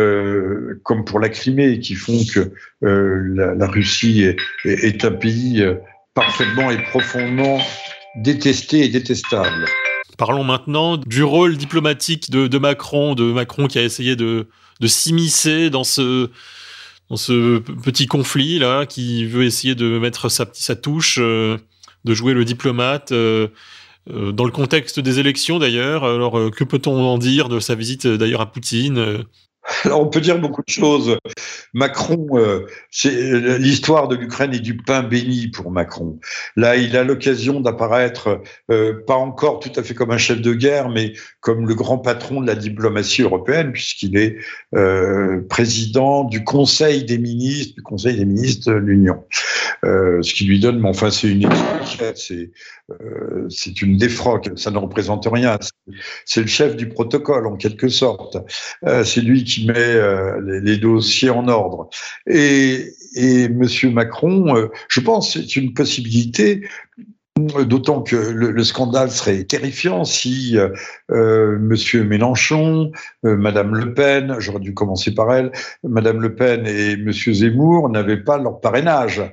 euh, comme pour la Crimée, qui font que euh, la, la Russie est, est, est un pays euh, parfaitement et profondément détesté et détestable. Parlons maintenant du rôle diplomatique de, de Macron, de Macron qui a essayé de, de s'immiscer dans ce, dans ce petit conflit là, qui veut essayer de mettre sa, sa touche, euh, de jouer le diplomate, euh, euh, dans le contexte des élections d'ailleurs. Alors, euh, que peut-on en dire de sa visite d'ailleurs à Poutine euh Alors, on peut dire beaucoup de choses. Macron, euh, c'est l'histoire de l'Ukraine et du pain béni pour Macron. Là, il a l'occasion d'apparaître, euh, pas encore tout à fait comme un chef de guerre, mais comme le grand patron de la diplomatie européenne, puisqu'il est euh, président du Conseil des ministres, du Conseil des ministres de l'Union. Euh, ce qui lui donne, mais enfin, c'est une étiquette, c'est euh, c'est une défroque, ça ne représente rien. C'est, c'est le chef du protocole, en quelque sorte. Euh, c'est lui qui met euh, les, les dossiers en ordre. Et, et Monsieur Macron, euh, je pense, c'est une possibilité. D'autant que le, le scandale serait terrifiant si euh, euh, Monsieur Mélenchon, euh, Madame Le Pen, j'aurais dû commencer par elle, Madame Le Pen et Monsieur Zemmour n'avaient pas leur parrainage.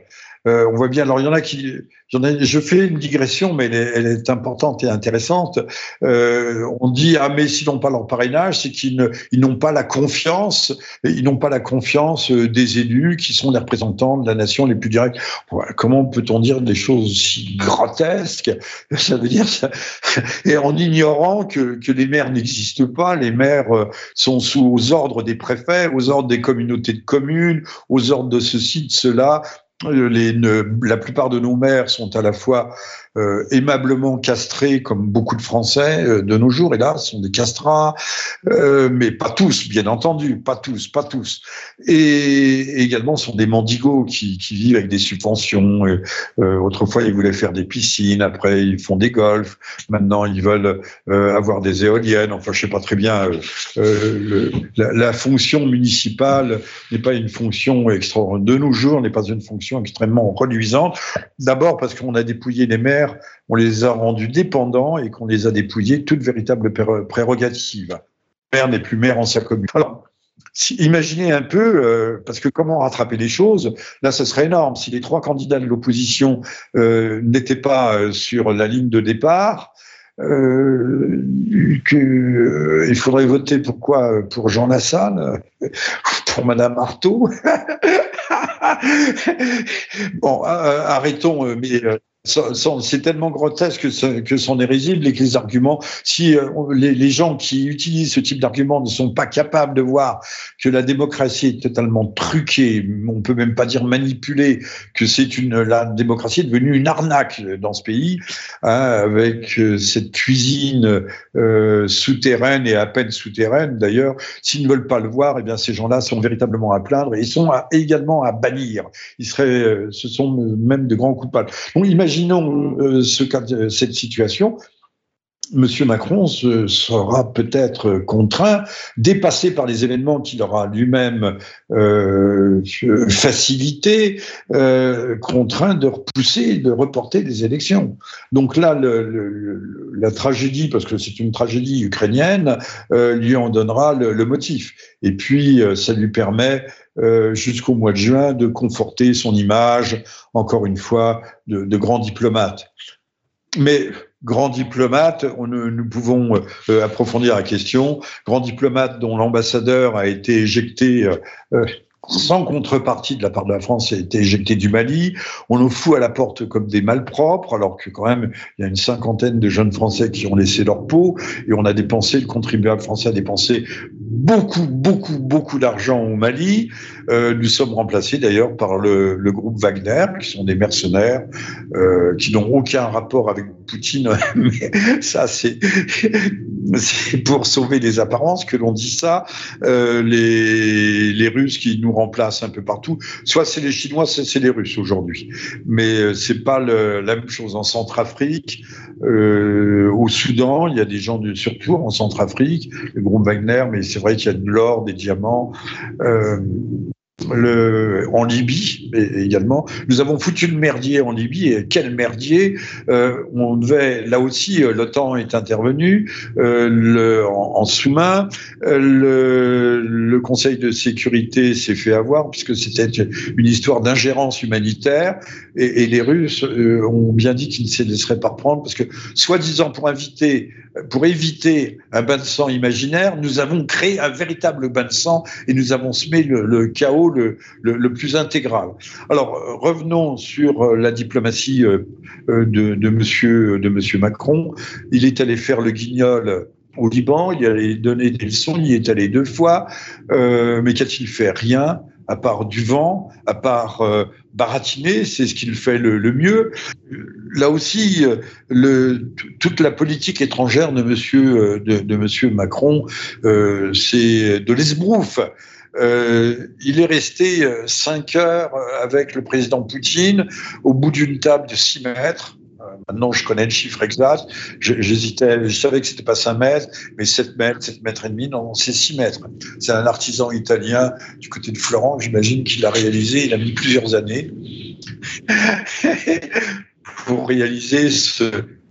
Euh, on voit bien, alors il y en a qui... J'en ai, je fais une digression, mais elle est, elle est importante et intéressante. Euh, on dit ah mais s'ils n'ont pas leur parrainage, c'est qu'ils ne, ils n'ont pas la confiance, ils n'ont pas la confiance des élus qui sont les représentants de la nation les plus directs. Comment peut-on dire des choses si grotesques? Ça veut dire ça, et en ignorant que, que les maires n'existent pas. Les maires sont sous aux ordres des préfets, aux ordres des communautés de communes, aux ordres de ceci, de cela. Les, ne, la plupart de nos maires sont à la fois euh, aimablement castrés, comme beaucoup de Français euh, de nos jours, hélas, sont des castrats, euh, mais pas tous, bien entendu, pas tous, pas tous. Et, et également sont des mendigos qui, qui vivent avec des subventions. Euh, euh, autrefois, ils voulaient faire des piscines, après ils font des golfs, maintenant ils veulent euh, avoir des éoliennes. Enfin, je sais pas très bien. Euh, euh, le, la, la fonction municipale n'est pas une fonction extraordinaire. De nos jours, n'est pas une fonction extrêmement reluisante. D'abord parce qu'on a dépouillé les maires, on les a rendus dépendants et qu'on les a dépouillés toute véritable prérogative. Le maire n'est plus maire en sa commune. Alors, si, imaginez un peu, euh, parce que comment rattraper les choses? Là, ce serait énorme. Si les trois candidats de l'opposition euh, n'étaient pas euh, sur la ligne de départ, Euh, que, euh, il faudrait voter pour quoi? Pour Jean Lassalle, pour Madame Artaud. Bon, euh, arrêtons, euh, mais euh, c'est tellement grotesque que, que c'en est risible et que les arguments, si euh, les, les gens qui utilisent ce type d'arguments ne sont pas capables de voir que la démocratie est totalement truquée, on peut même pas dire manipulée, que c'est une, la démocratie est devenue une arnaque dans ce pays, hein, avec euh, cette cuisine euh, souterraine et à peine souterraine d'ailleurs. S'ils ne veulent pas le voir, eh bien ces gens-là sont véritablement à plaindre et ils sont à, également à bannir. Ils seraient, euh, ce sont même de grands coupables. Donc imaginez Imaginons euh, ce cas, cette situation. Monsieur Macron se, sera peut-être contraint, dépassé par les événements qu'il aura lui-même euh, facilités, euh, contraint de repousser, de reporter les élections. Donc là, le, le, la tragédie, parce que c'est une tragédie ukrainienne, euh, lui en donnera le, le motif. Et puis, euh, ça lui permet Euh, jusqu'au mois de juin, de conforter son image, encore une fois, de, de grand diplomate. Mais grand diplomate, on, nous pouvons euh, approfondir la question, grand diplomate dont l'ambassadeur a été éjecté euh, sans contrepartie de la part de la France, a été éjecté du Mali. On nous fout à la porte comme des malpropres, alors que quand même, il y a une cinquantaine de jeunes Français qui ont laissé leur peau, et on a dépensé, le contribuable français a dépensé beaucoup, beaucoup, beaucoup d'argent au Mali. Euh, nous sommes remplacés d'ailleurs par le, le groupe Wagner, qui sont des mercenaires, euh, qui n'ont aucun rapport avec Poutine. Mais ça, c'est, c'est pour sauver les apparences que l'on dit ça. Euh, les, les Russes qui nous remplacent un peu partout, soit c'est les Chinois, soit c'est les Russes aujourd'hui. Mais c'est pas le, la même chose en Centrafrique. Euh, au Soudan, il y a des gens, de, surtout en Centrafrique, le groupe Wagner, mais c'est vrai qu'il y a de l'or, des diamants. Euh, Le, en Libye également. Nous avons foutu le merdier en Libye, et quel merdier. Euh, on devait, là aussi, l'OTAN est intervenu euh, le, en, en sous-main. Euh, le, le Conseil de sécurité s'est fait avoir, puisque c'était une histoire d'ingérence humanitaire, et, et les Russes euh, ont bien dit qu'ils ne se laisseraient pas reprendre, parce que, soi-disant, pour inviter, pour éviter un bain de sang imaginaire, nous avons créé un véritable bain de sang, et nous avons semé le, le chaos Le, le, le plus intégral. Alors, revenons sur la diplomatie de, de, monsieur, de monsieur Macron. Il est allé faire le guignol au Liban, il allait donner des leçons, il y est allé deux fois, euh, mais qu'a-t-il fait? Rien, à part du vent, à part euh, baratiner, c'est ce qu'il fait le, le mieux. Là aussi, le, toute la politique étrangère de monsieur, de, de monsieur Macron, euh, c'est de l'esbrouffe. Euh, il est resté cinq heures avec le président Poutine au bout d'une table de six mètres. Euh, maintenant, je connais le chiffre exact. J'hésitais, je savais que c'était pas cinq mètres, mais sept mètres, sept mètres et demi. Non, c'est six mètres. C'est un artisan italien du côté de Florence. J'imagine qu'il l'a réalisé. Il a mis plusieurs années pour réaliser ce,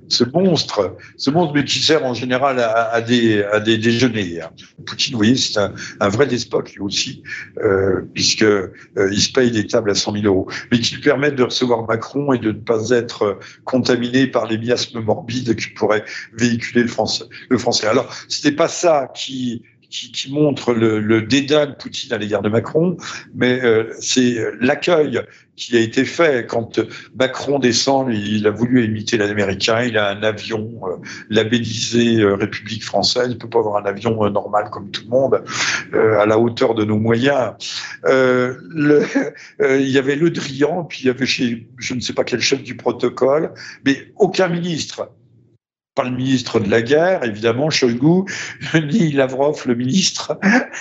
ce monstre, ce monstre, mais qui sert en général à, à, des, à des déjeuners. Poutine, vous voyez, c'est un, un vrai despote, lui aussi, euh, puisque euh, il se paye des tables à cent mille euros, mais qui lui permettent de recevoir Macron et de ne pas être contaminé par les miasmes morbides qui pourraient véhiculer le français. Le français. Alors, c'était pas ça qui Qui, qui montre le, le dédain de Poutine à l'égard de Macron, mais euh, c'est l'accueil qui a été fait quand Macron descend. Il a voulu imiter l'américain. Il a un avion euh, labellisé euh, République française. Il peut pas avoir un avion euh, normal comme tout le monde, euh, à la hauteur de nos moyens. Euh, le, euh, il y avait Le Drian, puis il y avait chez je ne sais pas quel chef du protocole, mais aucun ministre. Pas le ministre de la guerre, évidemment, Shoigu, ni Lavrov, le ministre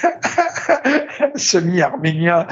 semi-arménien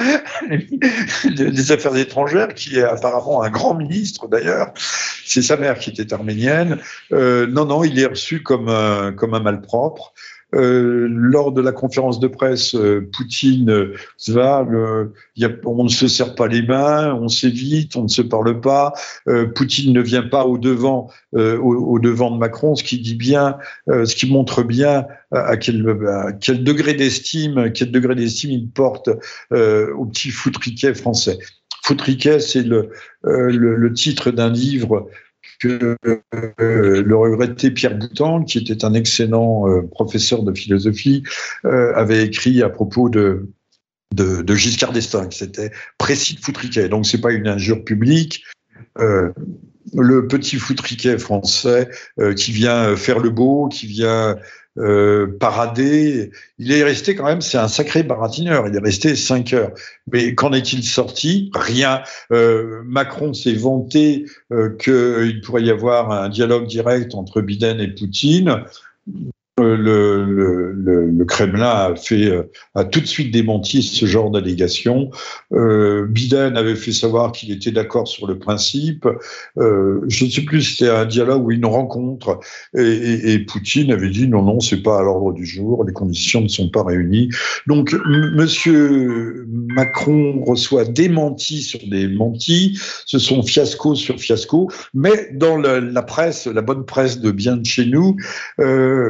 des Affaires étrangères, qui est apparemment un grand ministre d'ailleurs. C'est sa mère qui était arménienne. Euh, non, non, il est reçu comme un, comme un malpropre. Euh, lors de la conférence de presse, euh, Poutine euh, va, le, y a, on ne se serre pas les mains, on s'évite, on ne se parle pas. Euh, Poutine ne vient pas au devant, euh, au, au devant de Macron, ce qui dit bien, euh, ce qui montre bien à, à, quel, à quel degré d'estime, quel degré d'estime il porte euh, au petit foutriquet français. Foutriquet, c'est le, euh, le, le titre d'un livre que euh, le regretté Pierre Boutan, qui était un excellent euh, professeur de philosophie, euh, avait écrit à propos de, de, de Giscard d'Estaing. C'était précis de foutriquet, donc c'est pas une injure publique. Euh, le petit foutriquet français euh, qui vient faire le beau, qui vient euh, parader, il est resté quand même, c'est un sacré baratineur, il est resté cinq heures. Mais qu'en est-il sorti? Rien. Euh, Macron s'est vanté euh, qu'il pourrait y avoir un dialogue direct entre Biden et Poutine. Euh, le, le, le, le Kremlin a fait euh, a tout de suite démenti ce genre d'allégation. Euh, Biden avait fait savoir qu'il était d'accord sur le principe. Euh, je ne sais plus si c'était un dialogue ou une rencontre. Et, et, et Poutine avait dit non, non, c'est pas à l'ordre du jour. Les conditions ne sont pas réunies. Donc, m- Monsieur Macron reçoit des mentis sur des mentis. Ce sont fiasco sur fiasco. Mais dans la, la presse, la bonne presse de bien de chez nous, euh,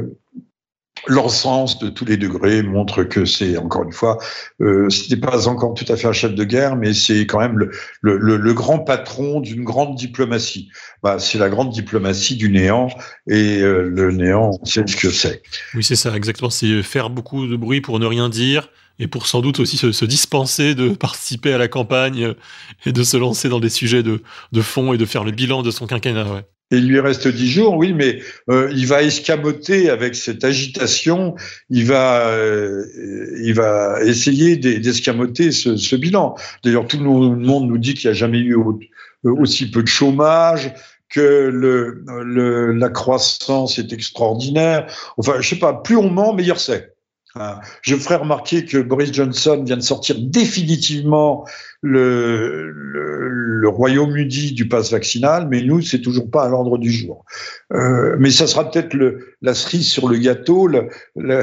l'encens de tous les degrés montre que c'est, encore une fois, euh, ce n'est pas encore tout à fait un chef de guerre, mais c'est quand même le, le, le, le grand patron d'une grande diplomatie. Bah, c'est la grande diplomatie du néant, et euh, le néant, on sait ce que c'est. Oui, c'est ça, exactement. C'est faire beaucoup de bruit pour ne rien dire, et pour sans doute aussi se, se dispenser de participer à la campagne et de se lancer dans des sujets de, de fond et de faire le bilan de son quinquennat. Ouais. Et il lui reste dix jours, oui, mais euh, il va escamoter avec cette agitation, il va, euh, il va essayer d'escamoter ce, ce bilan. D'ailleurs, tout le monde nous dit qu'il n'y a jamais eu aussi peu de chômage, que le, le, la croissance est extraordinaire. Enfin, je sais pas, plus on ment, meilleur c'est. Je ferai remarquer que Boris Johnson vient de sortir définitivement le, le, le Royaume-Uni du pass vaccinal, mais nous, c'est toujours pas à l'ordre du jour. Euh, mais ça sera peut-être le, la cerise sur le gâteau, le, le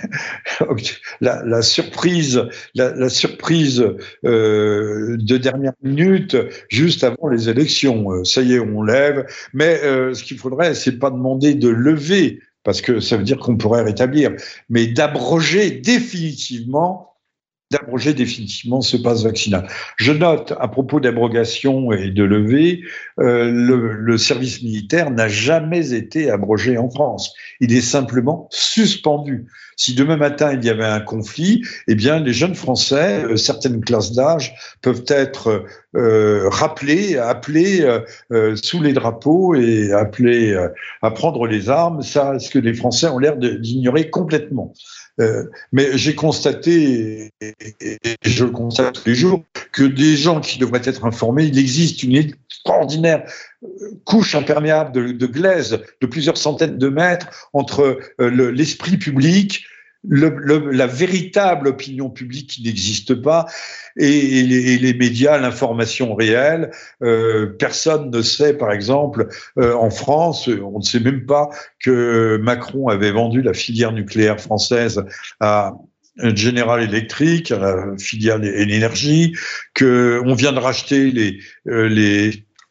la, la surprise, la, la surprise euh, de dernière minute, juste avant les élections. Ça y est, on lève. Mais euh, ce qu'il faudrait, c'est pas demander de lever, parce que ça veut dire qu'on pourrait rétablir, mais d'abroger définitivement, d'abroger définitivement ce pass vaccinal. Je note, à propos d'abrogation et de levée, euh, le, le service militaire n'a jamais été abrogé en France. Il est simplement suspendu. Si demain matin il y avait un conflit, eh bien les jeunes Français, euh, certaines classes d'âge, peuvent être euh, rappelés, appelés euh, euh, sous les drapeaux et appelés euh, à prendre les armes. Ça, ce que les Français ont l'air d'ignorer complètement. Euh, mais j'ai constaté, et, et, et je le constate tous les jours, que des gens qui devraient être informés, il existe une extraordinaire couche imperméable de, de glaise de plusieurs centaines de mètres entre euh, le, l'esprit public, le, le, la véritable opinion publique qui n'existe pas, et, et, les, et les médias, l'information réelle. Euh, personne ne sait, par exemple, euh, en France, on ne sait même pas que Macron avait vendu la filière nucléaire française à General Electric, à la filiale Énergie, que on vient de racheter les, euh, les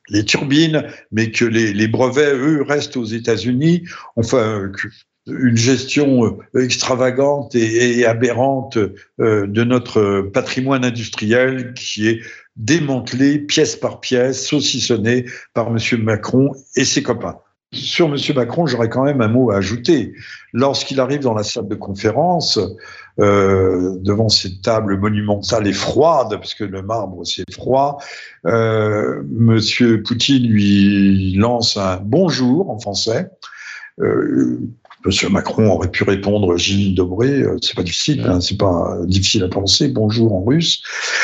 les turbines, mais que les, les brevets, eux, restent aux États-Unis. Enfin, une gestion extravagante et, et aberrante euh, de notre patrimoine industriel qui est démantelé pièce par pièce, saucissonné par M. Macron et ses copains. Sur M. Macron, j'aurais quand même un mot à ajouter. Lorsqu'il arrive dans la salle de conférence, euh, devant cette table monumentale et froide, parce que le marbre c'est froid, euh, M. Poutine lui lance un bonjour en français. Euh, M. Macron aurait pu répondre Gilles Dobré, c'est pas difficile, hein, c'est pas difficile à penser, bonjour en russe.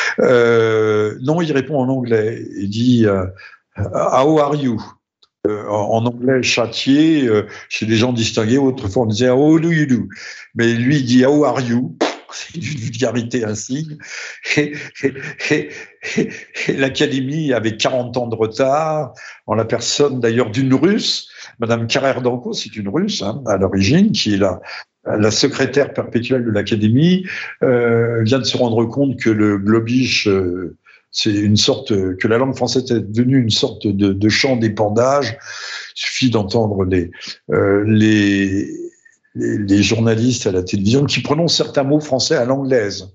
Euh, non, il répond en anglais. Il dit euh, How are you? Euh, en anglais châtié, euh, chez des gens distingués, autrefois on disait How do you do? Mais lui il dit How are you? C'est une vulgarité insigne. Et, et, et, et, et l'Académie avait quarante ans de retard, en la personne d'ailleurs d'une Russe, Madame Carrère-Danko, c'est une Russe hein, à l'origine, qui est la, la secrétaire perpétuelle de l'Académie, euh, vient de se rendre compte que le globish, euh, c'est une sorte, que la langue française est devenue une sorte de, de champ d'épandage. Il suffit d'entendre les, euh, les, les, les journalistes à la télévision qui prononcent certains mots français à l'anglaise.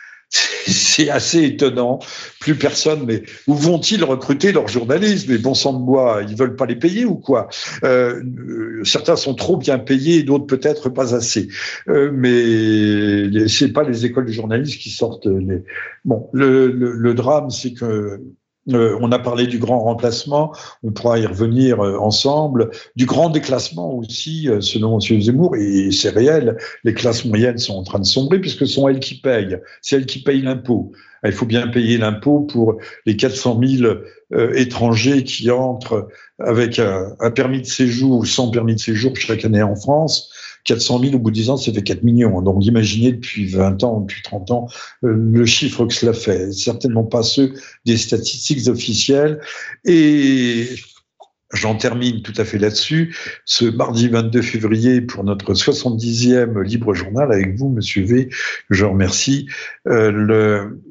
C'est assez étonnant. Plus personne, mais où vont-ils recruter leurs journalistes? Mais bon sang de bois, ils veulent pas les payer ou quoi? euh, Certains sont trop bien payés, d'autres peut-être pas assez. Euh, mais c'est pas les écoles de journalistes qui sortent les. Bon, le, le, le drame, c'est que Euh, on a parlé du grand remplacement, on pourra y revenir euh, ensemble, du grand déclassement aussi, euh, selon M. Zemmour, et c'est réel, les classes moyennes sont en train de sombrer puisque ce sont elles qui payent, c'est elles qui payent l'impôt. Il faut bien payer l'impôt pour les quatre cent mille euh, étrangers qui entrent avec un, un permis de séjour ou sans permis de séjour chaque année en France. quatre cent mille au bout de dix ans, ça fait quatre millions. Donc imaginez depuis vingt ans, depuis trente ans, euh, le chiffre que cela fait. Certainement pas ceux des statistiques officielles. Et j'en termine tout à fait là-dessus. Ce mardi vingt-deux février, pour notre soixante-dixième Libre Journal, avec vous, Monsieur V, je remercie, euh, le...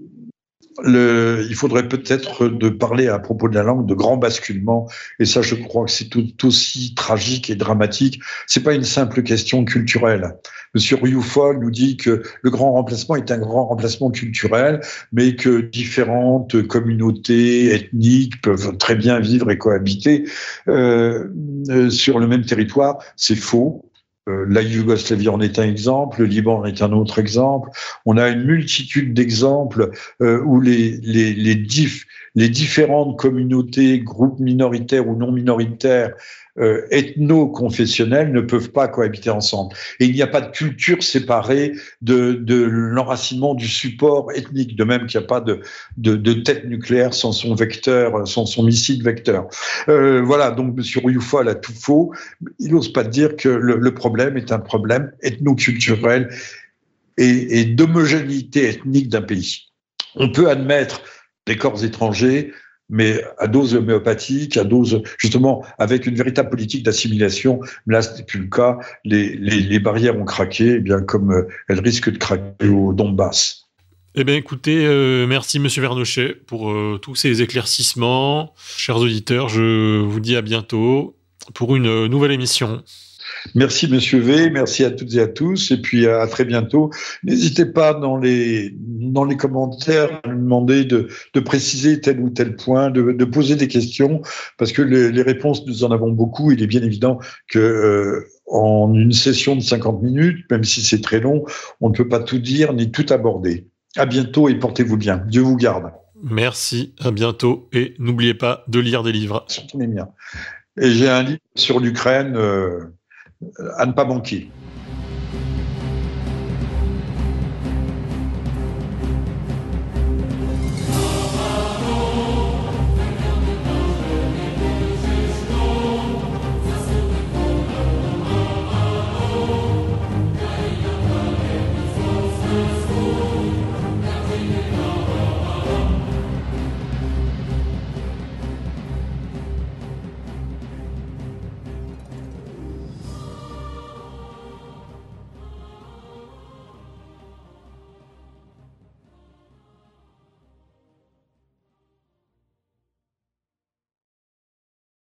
Le, il faudrait peut-être de parler à propos de la langue de grand basculement, et ça je crois que c'est tout, tout aussi tragique et dramatique. C'est pas une simple question culturelle. Monsieur Rioufol nous dit que le grand remplacement est un grand remplacement culturel, mais que différentes communautés ethniques peuvent très bien vivre et cohabiter euh, euh, sur le même territoire. C'est faux. La Yougoslavie en est un exemple, le Liban en est un autre exemple. On a une multitude d'exemples euh, où les, les, les, dif, les différentes communautés, groupes minoritaires ou non minoritaires, euh, ethno-confessionnels ne peuvent pas cohabiter ensemble. Et il n'y a pas de culture séparée de, de l'enracinement du support ethnique, de même qu'il n'y a pas de, de, de tête nucléaire sans son vecteur, sans son missile vecteur. Euh, voilà, donc M. Rioufol a tout faux. Il n'ose pas dire que le, le problème est un problème ethno-culturel et, et d'homogénéité ethnique d'un pays. On peut admettre des corps étrangers, mais à dose homéopathique, à dose, justement, avec une véritable politique d'assimilation. Mais là, ce n'est plus le cas. Les, les, les barrières ont craqué, eh bien, comme elles risquent de craquer au Donbass. Eh bien, écoutez, euh, merci Monsieur Vernochet pour euh, tous ces éclaircissements. Chers auditeurs, je vous dis à bientôt pour une nouvelle émission. Merci Monsieur V, merci à toutes et à tous, et puis à très bientôt. N'hésitez pas dans les, dans les commentaires à nous demander de, de préciser tel ou tel point, de, de poser des questions, parce que les, les réponses, nous en avons beaucoup. Il est bien évident que euh, en une session de cinquante minutes, même si c'est très long, on ne peut pas tout dire ni tout aborder. À bientôt et portez-vous bien. Dieu vous garde. Merci, à bientôt, et n'oubliez pas de lire des livres. Surtout les miens. Et j'ai un livre sur l'Ukraine... Euh, à ne pas manquer.